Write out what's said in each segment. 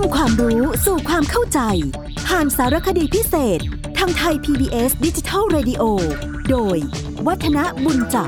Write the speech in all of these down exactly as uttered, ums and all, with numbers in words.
ำความรู้สู่ความเข้าใจผ่านสารคดีพิเศษทางไทย พี บี เอส Digital Radio โดยวัฒนบุญจับ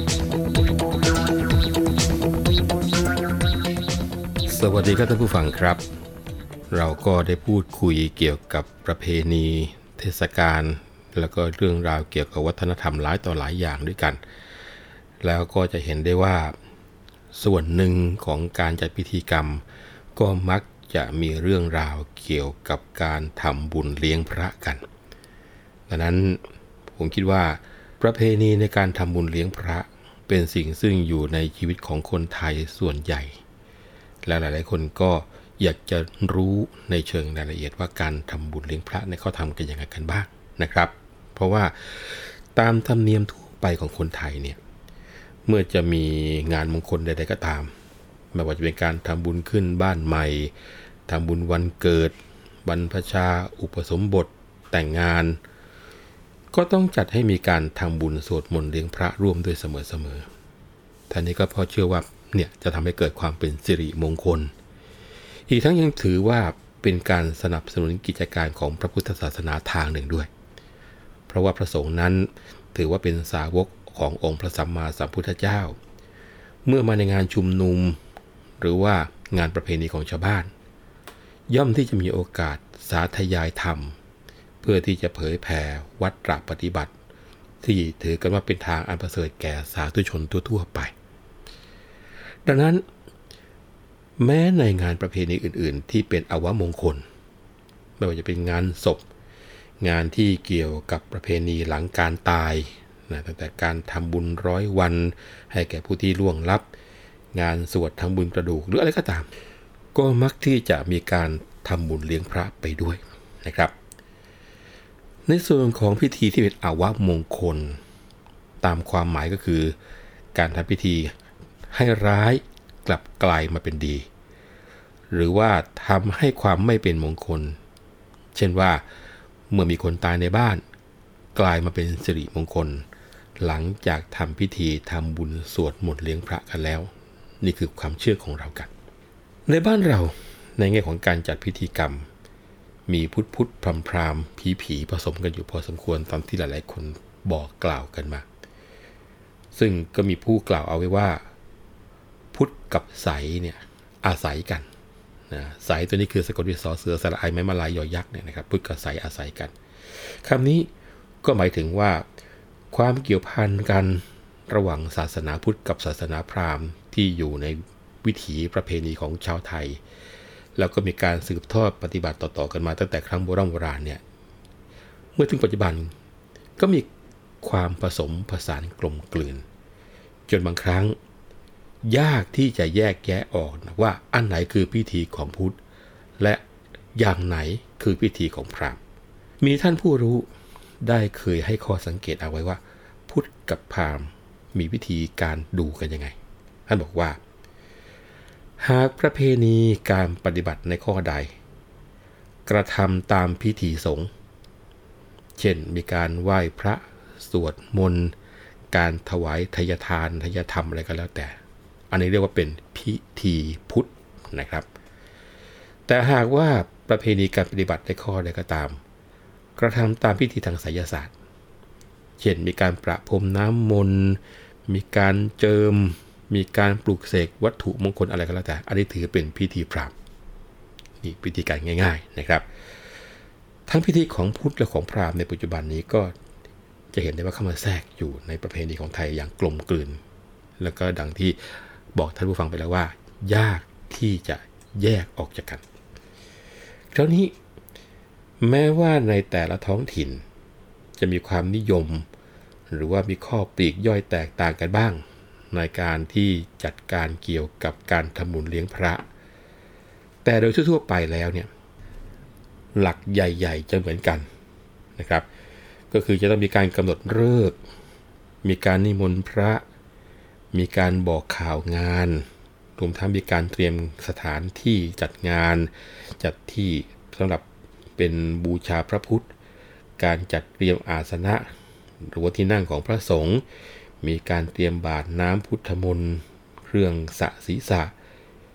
สวัสดีครับท่านผู้ฟังครับเราก็ได้พูดคุยเกี่ยวกับประเพณีเทศกาลแล้วก็เรื่องราวเกี่ยวกับวัฒนธรรมหลายต่อหลายอย่างด้วยกันแล้วก็จะเห็นได้ว่าส่วนหนึ่งของการจัดพิธีกรรมก็มักจะมีเรื่องราวเกี่ยวกับการทำบุญเลี้ยงพระกันดังนั้นผมคิดว่าประเพณีในการทำบุญเลี้ยงพระเป็นสิ่งซึ่งอยู่ในชีวิตของคนไทยส่วนใหญ่และหลายๆคนก็อยากจะรู้ในเชิงรายละเอียดว่าการทำบุญเลี้ยงพระเนี่ยเขาทำกันยังไงกันบ้างนะครับเพราะว่าตามธรรมเนียมทั่วไปของคนไทยเนี่ยเมื่อจะมีงานมงคลใดๆก็ตามไม่ว่าจะเป็นการทำบุญขึ้นบ้านใหม่ทำบุญวันเกิดบรรพชาอุปสมบทแต่งงานก็ต้องจัดให้มีการทำบุญสวดมนต์เลี้ยงพระร่วมด้วยเสมอๆท่านนี้ก็เพราะเชื่อว่าเนี่ยจะทำให้เกิดความเป็นสิริมงคลอีกทั้งยังถือว่าเป็นการสนับสนุนกิจการของพระพุทธศาสนาทางหนึ่งด้วยเพราะว่าพระสงฆ์นั้นถือว่าเป็นสาวกขององค์พระสัมมาสัมพุทธเจ้าเมื่อมาในงานชุมนุมหรือว่างานประเพณีของชาวบ้านย่อมที่จะมีโอกาสสาธยายธรรมเพื่อที่จะเผยแผ่วัตรปฏิบัติที่ถือกันว่าเป็นทางอันประเสริฐแก่สาธุชนทั่วๆไปดังนั้นแม้ในงานประเพณีอื่นๆที่เป็นอวมงคลไม่ว่าจะเป็นงานศพงานที่เกี่ยวกับประเพณีหลังการตายนะตั้งแต่การทำบุญร้อยวันให้แก่ผู้ที่ล่วงลับงานสวดทำบุญกระดูกหรืออะไรก็ตามก็มักที่จะมีการทำบุญเลี้ยงพระไปด้วยนะครับในส่วนของพิธีที่เป็นอวมงคลตามความหมายก็คือการทำพิธีให้ร้ายกลับกลายมาเป็นดีหรือว่าทำให้ความไม่เป็นมงคลเช่นว่าเมื่อมีคนตายในบ้านกลายมาเป็นสิริมงคลหลังจากทำพิธีทำบุญสวดมนต์เลี้ยงพระกันแล้วนี่คือความเชื่อของเรากันในบ้านเราในแง่ของการจัดพิธีกรรมมีพุทธพุทธพรำพรามผีผีผสมกันอยู่พอสมควรตามที่หลายๆคนบอกกล่าวกันมาซึ่งก็มีผู้กล่าวเอาไว้ว่าพุทธกับไสเนี่ยอาศัยกันนะไสตัวนี้คือสะกดด้วยสอเสือสระไอไม้มาลายยอยักษ์เนี่ยนะครับพุทธกับไสอาศัยกันคำนี้ก็หมายถึงว่าความเกี่ยวพันกันระหว่างศาสนาพุทธกับศาสนาพราหมณ์ที่อยู่ในวิถีประเพณีของชาวไทยแล้วก็มีการสืบทอดปฏิบัติต่อๆกันมาตั้งแต่ครั้งโบราณโบราณเนี่ยเมื่อถึงปัจจุบันก็มีความผสมผสานกลมกลืนจนบางครั้งยากที่จะแยกแยะออกนะว่าอันไหนคือพิธีของพุทธและอย่างไหนคือพิธีของพราหมณ์มีท่านผู้รู้ได้เคยให้ข้อสังเกตเอาไว้ว่าพุทธกับพราหมณ์มีวิธีการดูกันยังไงท่านบอกว่าหากประเพณีการปฏิบัติในข้อใดกระทำตามพิธีสงฆ์เช่นมีการไหว้พระสวดมนต์การถวายทายทานทายธรรมอะไรก็แล้วแต่อันนี้เรียกว่าเป็นพิธีพุทธนะครับแต่หากว่าประเพณีการปฏิบัติในข้อใดก็ตามกระทำตามพิธีทางไสยศาสตร์เช่นมีการประพรมน้ำมนต์มีการเจิมมีการปลูกเสกวัตถุมงคลอะไรก็แล้วแต่อันนี้ถือเป็นพิธีพราหมณ์นี่พิธีการง่ายๆนะครับทั้งพิธีของพุทธและของพราหมณ์ในปัจจุบันนี้ก็จะเห็นได้ว่าเข้ามาแทรกอยู่ในประเพณีของไทยอย่างกลมกลืนแล้วก็ดังที่บอกท่านผู้ฟังไปแล้วว่ายากที่จะแยกออกจากกันคราวนี้แม้ว่าในแต่ละท้องถิ่นจะมีความนิยมหรือว่ามีข้อปลีกย่อยแตกต่างกันบ้างในการที่จัดการเกี่ยวกับการทำบุญเลี้ยงพระแต่โดยทั่วๆไปแล้วเนี่ยหลักใหญ่ๆจะเหมือนกันนะครับก็คือจะต้องมีการกำหนดฤกษ์มีการนิมนต์พระมีการบอกข่าวงานรวมทั้งมีการเตรียมสถานที่จัดงานจัดที่สำหรับเป็นบูชาพระพุทธการจัดเตรียมอาสนะหรือว่าที่นั่งของพระสงฆ์มีการเตรียมบาตรน้ำพุทธมนต์เครื่องสะศีรษะ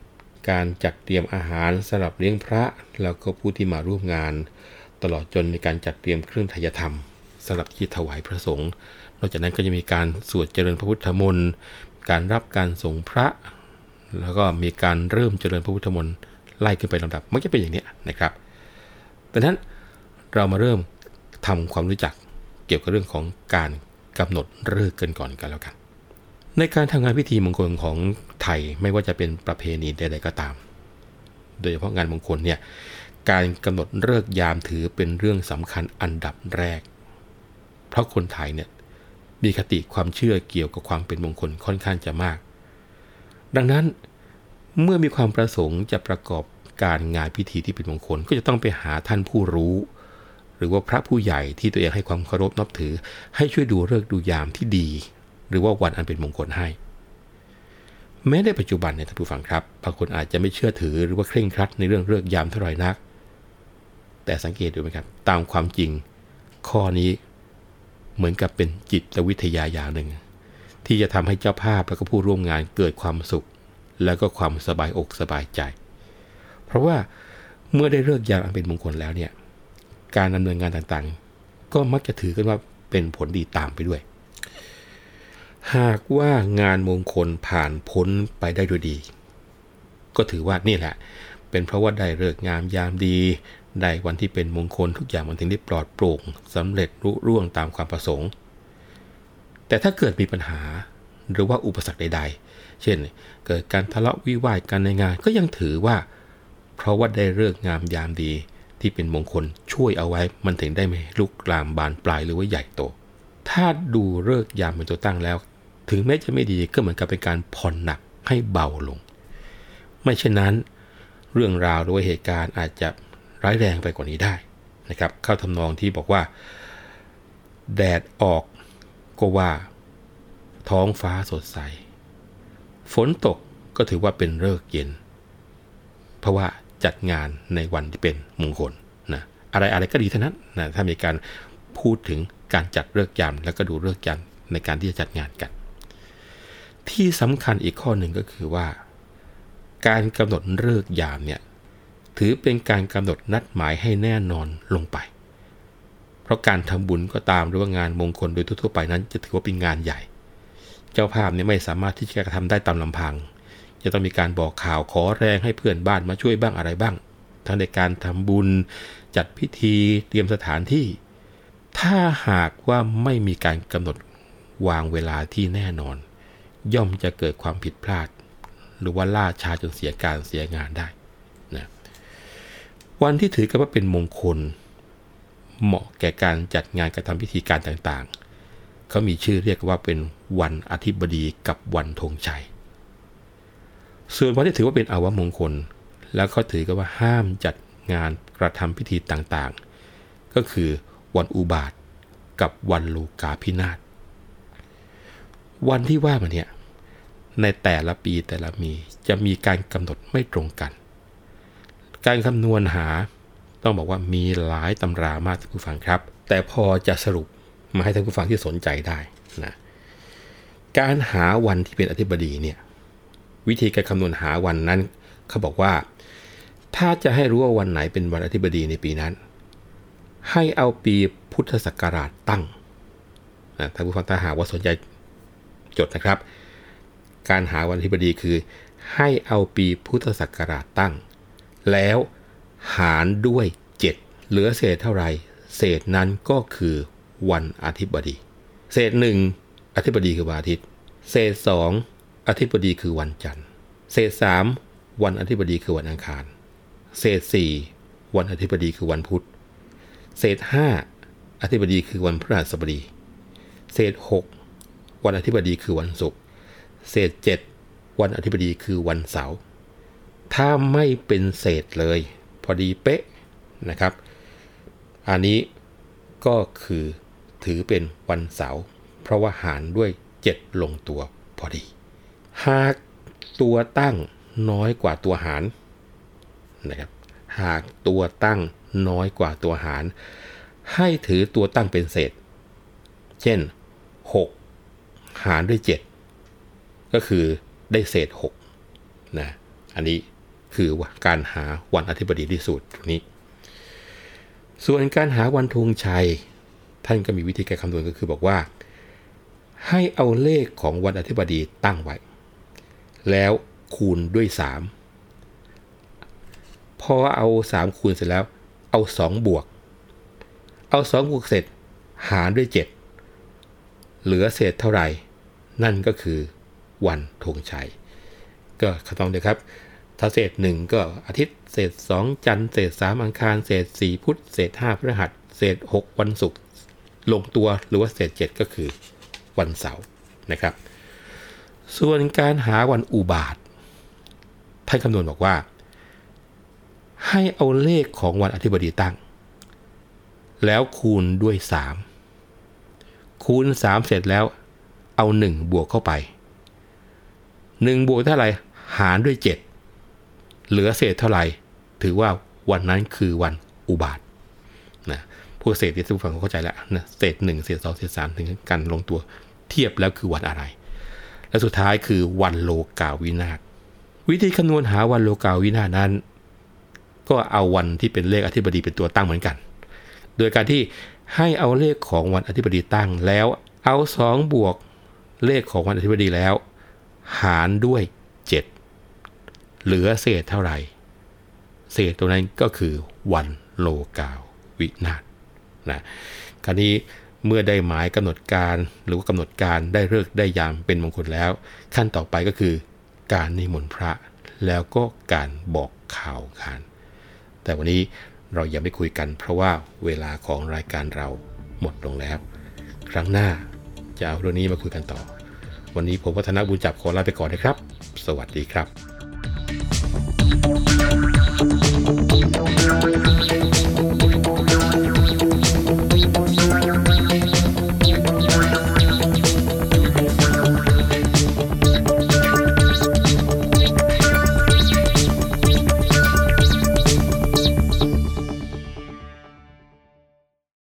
การจัดเตรียมอาหารสำหรับเลี้ยงพระแล้วก็ผู้ที่มาร่วมงานตลอดจนในการจัดเตรียมเครื่องไทยธรรมสำหรับที่ถวายพระสงฆ์นอกจากนั้นก็จะมีการสวดเจริญพระพุทธมนต์การรับการส่งพระแล้วก็มีการเริ่มเจริญพระพุทธมนต์ไล่ขึ้นไปลำดับมันจะเป็นอย่างนี้นะครับดังนั้นเรามาเริ่มทำความรู้จักเกี่ยวกับเรื่องของการกำหนดฤกษ์กันก่อนกันแล้วกันในการทำงานพิธีมงคลของไทยไม่ว่าจะเป็นประเพณีใดๆก็ตามโดยเฉพาะงานมงคลเนี่ยการกำหนดฤกษ์ยามถือเป็นเรื่องสำคัญอันดับแรกเพราะคนไทยเนี่ยมีคติความเชื่อเกี่ยวกับความเป็นมงคลค่อนข้างจะมากดังนั้นเมื่อมีความประสงค์จะประกอบการงานพิธีที่เป็นมงคลก็จะต้องไปหาท่านผู้รู้หรือว่าพระผู้ใหญ่ที่ตัวเองให้ความเคารพนับถือให้ช่วยดูฤกษ์ดูยามที่ดีหรือว่าวันอันเป็นมงคลให้แม้ในปัจจุบันเนี่ยท่านผู้ฟังครับบางคนอาจจะไม่เชื่อถือหรือว่าเคร่งครัดในเรื่องฤกษ์ยามเท่าไหร่นักแต่สังเกตดูไหมครับตามความจริงข้อนี้เหมือนกับเป็นจิตวิทยาอย่างหนึ่งที่จะทำให้เจ้าภาพและก็ผู้ร่วมงานเกิดความสุขแล้วก็ความสบายอกสบายใจเพราะว่าเมื่อได้ฤกษ์ยามอันเป็นมงคลแล้วเนี่ยการดำเนินงานต่างๆก็มักจะถือกันว่าเป็นผลดีตามไปด้วยหากว่างานมงคลผ่านพ้นไปได้ด้วยดีก็ถือว่านี่แหละเป็นเพราะว่าได้ฤกษ์งามยามดีได้วันที่เป็นมงคลทุกอย่างมันถึงได้ปลอดโปร่งสำเร็จรุ่ร่วงตามความประสงค์แต่ถ้าเกิดมีปัญหาหรือว่าอุปสรรคใดๆเช่นเกิดการทะเลาะวิวาทกันในงานก็ยังถือว่าเพราะว่าได้ฤกษ์งามยามดีที่เป็นมงคลช่วยเอาไว้มันถึงได้ไม่ลุกลามบานปลายหรือว่าใหญ่โตถ้าดูฤกษ์ยามเป็นตัวตั้งแล้วถึงแม้จะไม่ดีก็เหมือนกับเป็นการผ่อนหนักให้เบาลงไม่เช่นนั้นเรื่องราวหรือว่าเหตุการณ์อาจจะร้ายแรงไปกว่านี้ได้นะครับเข้าทำนองที่บอกว่าแดดออกก็ว่าท้องฟ้าสดใสฝนตกก็ถือว่าเป็นฤกษ์เย็นเพราะว่าจัดงานในวันที่เป็นมงคลนะอะไรอะไรก็ดีเท่านั้นนะถ้ามีการพูดถึงการจัดฤกษ์ยามแล้วก็ดูฤกษ์ยามในการที่จะจัดงานกันที่สำคัญอีกข้อหนึ่งก็คือว่าการกำหนดฤกษ์ยามเนี่ยถือเป็นการกำหนดนัดหมายให้แน่นอนลงไปเพราะการทำบุญก็ตามหรือว่างานมงคลโดยทั่วไปนั้นจะถือว่าเป็นงานใหญ่เจ้าภาพเนี่ยไม่สามารถที่จะกระทำได้ตามลำพังจะต้องมีการบอกข่าวขอแรงให้เพื่อนบ้านมาช่วยบ้างอะไรบ้างทั้งในการทำบุญจัดพิธีเตรียมสถานที่ถ้าหากว่าไม่มีการกำหนดวางเวลาที่แน่นอนย่อมจะเกิดความผิดพลาดหรือว่าล่าช้าจนเสียการเสียงานได้นะวันที่ถือกันว่าเป็นมงคลเหมาะแก่การจัดงานกระทำพิธีการต่างๆเขามีชื่อเรียกว่าเป็นวันอธิบดีกับวันธงชัยส่วนวันที่ถือว่าเป็นอาวมงคลแล้วเขาถือกันว่าห้ามจัดงานกระทำพิธีต่างๆก็คือวันอุบาทกับวันลูกาพินาศวันที่ว่ามาเนี่ยในแต่ละปีแต่ละมีจะมีการกำหนดไม่ตรงกันการคำนวณหาต้องบอกว่ามีหลายตำรามากท่านผู้ฟังครับแต่พอจะสรุปมาให้ท่านผู้ฟังที่สนใจได้นะการหาวันที่เป็นอธิบดีเนี่ยวิธีการคำนวณหาวันนั้นเขาบอกว่าถ้าจะให้รู้ว่าวันไหนเป็นวันอธิบดีในปีนั้นให้เอาปีพุทธศักราชตั้งนะท่านผู้ฟังถ้าหากว่าสนใจจดนะครับการหาวันอธิบดีคือให้เอาปีพุทธศักราชตั้งแล้วหารด้วยเจ็ดเหลือเศษเท่าไหร่เศษนั้นก็คือวันอธิบดีเศษหนึ่งอธิบดีคือวันอาทิตย์เศษสองอธิบดีคือวันจันทร์เศษสามวันอธิบดีคือวันอังคารเศษสี่วันอธิบดีคือวันพุธเศษห้าอธิบดีคือวันพฤหัสบดีเศษหกวันอธิบดีคือวันศุกร์เศษเจ็ดวันอธิบดีคือวันเสาร์ถ้าไม่เป็นเศษเลยพอดีเป๊ะนะครับอันนี้ก็คือถือเป็นวันเสาร์เพราะว่าหารด้วยเจ็ดลงตัวพอดีหากตัวตั้งน้อยกว่าตัวหารนะครับหากตัวตั้งน้อยกว่าตัวหารให้ถือตัวตั้งเป็นเศษเช่นหกหารด้วยเจ็ดก็คือได้เศษหกนะอันนี้คือการหาวันอธิบดีที่สูตรนี้ส่วนการหาวันธงชัยท่านก็มีวิธีการคำนวณก็คือบอกว่าให้เอาเลขของวันอธิบดีตั้งไว้แล้วคูณด้วยสามพอเอาสามคูณเสร็จแล้วเอาสองบวกเอาสองบวกเสร็จหารด้วยเจ็ดเหลือเศษเท่าไหร่นั่นก็คือวันธงชัยก็คำนวณเลยครับถ้าเศษหนึ่งก็อาทิตย์เศษสองจันทร์เศษสามอังคารเศษสี่พุธเศษห้าพฤหัสเศษหกวันศุกร์ลงตัวหรือว่าเศษเจ็ดก็คือวันเสาร์นะครับส่วนการหาวันอุบาทท่านคำนวณบอกว่าให้เอาเลขของวันอธิบดีตั้งแล้วคูณด้วยสามคูณสามเสร็จแล้วเอาหนึ่งบวกเข้าไปหนึ่งบวกเท่าไหร่หารด้วยเจ็ดเหลือเศษเท่าไหร่ถือว่าวันนั้นคือวันอุบาทนะพวกเศษที่ทุกฝั่งเข้าใจแล้วนะเศษหนึ่งเศษสองเศษสามถึงกันลงตัวเทียบแล้วคือวันอะไรและสุดท้ายคือวันโลกาวินาศวิธีคำนวณหาวันโลกาวินาศนั้นก็เอาวันที่เป็นเลขอธิบดีเป็นตัวตั้งเหมือนกันโดยการที่ให้เอาเลขของวันอธิบดีตั้งแล้วเอาสองบวกเลขของวันอธิบดีแล้วหารด้วยเจ็ดเหลือเศษเท่าไหร่เศษตัวนั้นก็คือวันโลกาวินาศนะคราวนี้เมื่อได้หมายกำหนดการหรือว่ากำหนดการได้ฤกษ์ได้ยามเป็นมงคลแล้วขั้นต่อไปก็คือการนิมนต์พระแล้วก็การบอกข่าวกันแต่วันนี้เรายังไม่คุยกันเพราะว่าเวลาของรายการเราหมดลงแล้วครั้งหน้าจะเอาเรื่องนี้มาคุยกันต่อวันนี้ผมวัฒนบุญจับขอลาไปก่อนนะครับสวัสดีครับ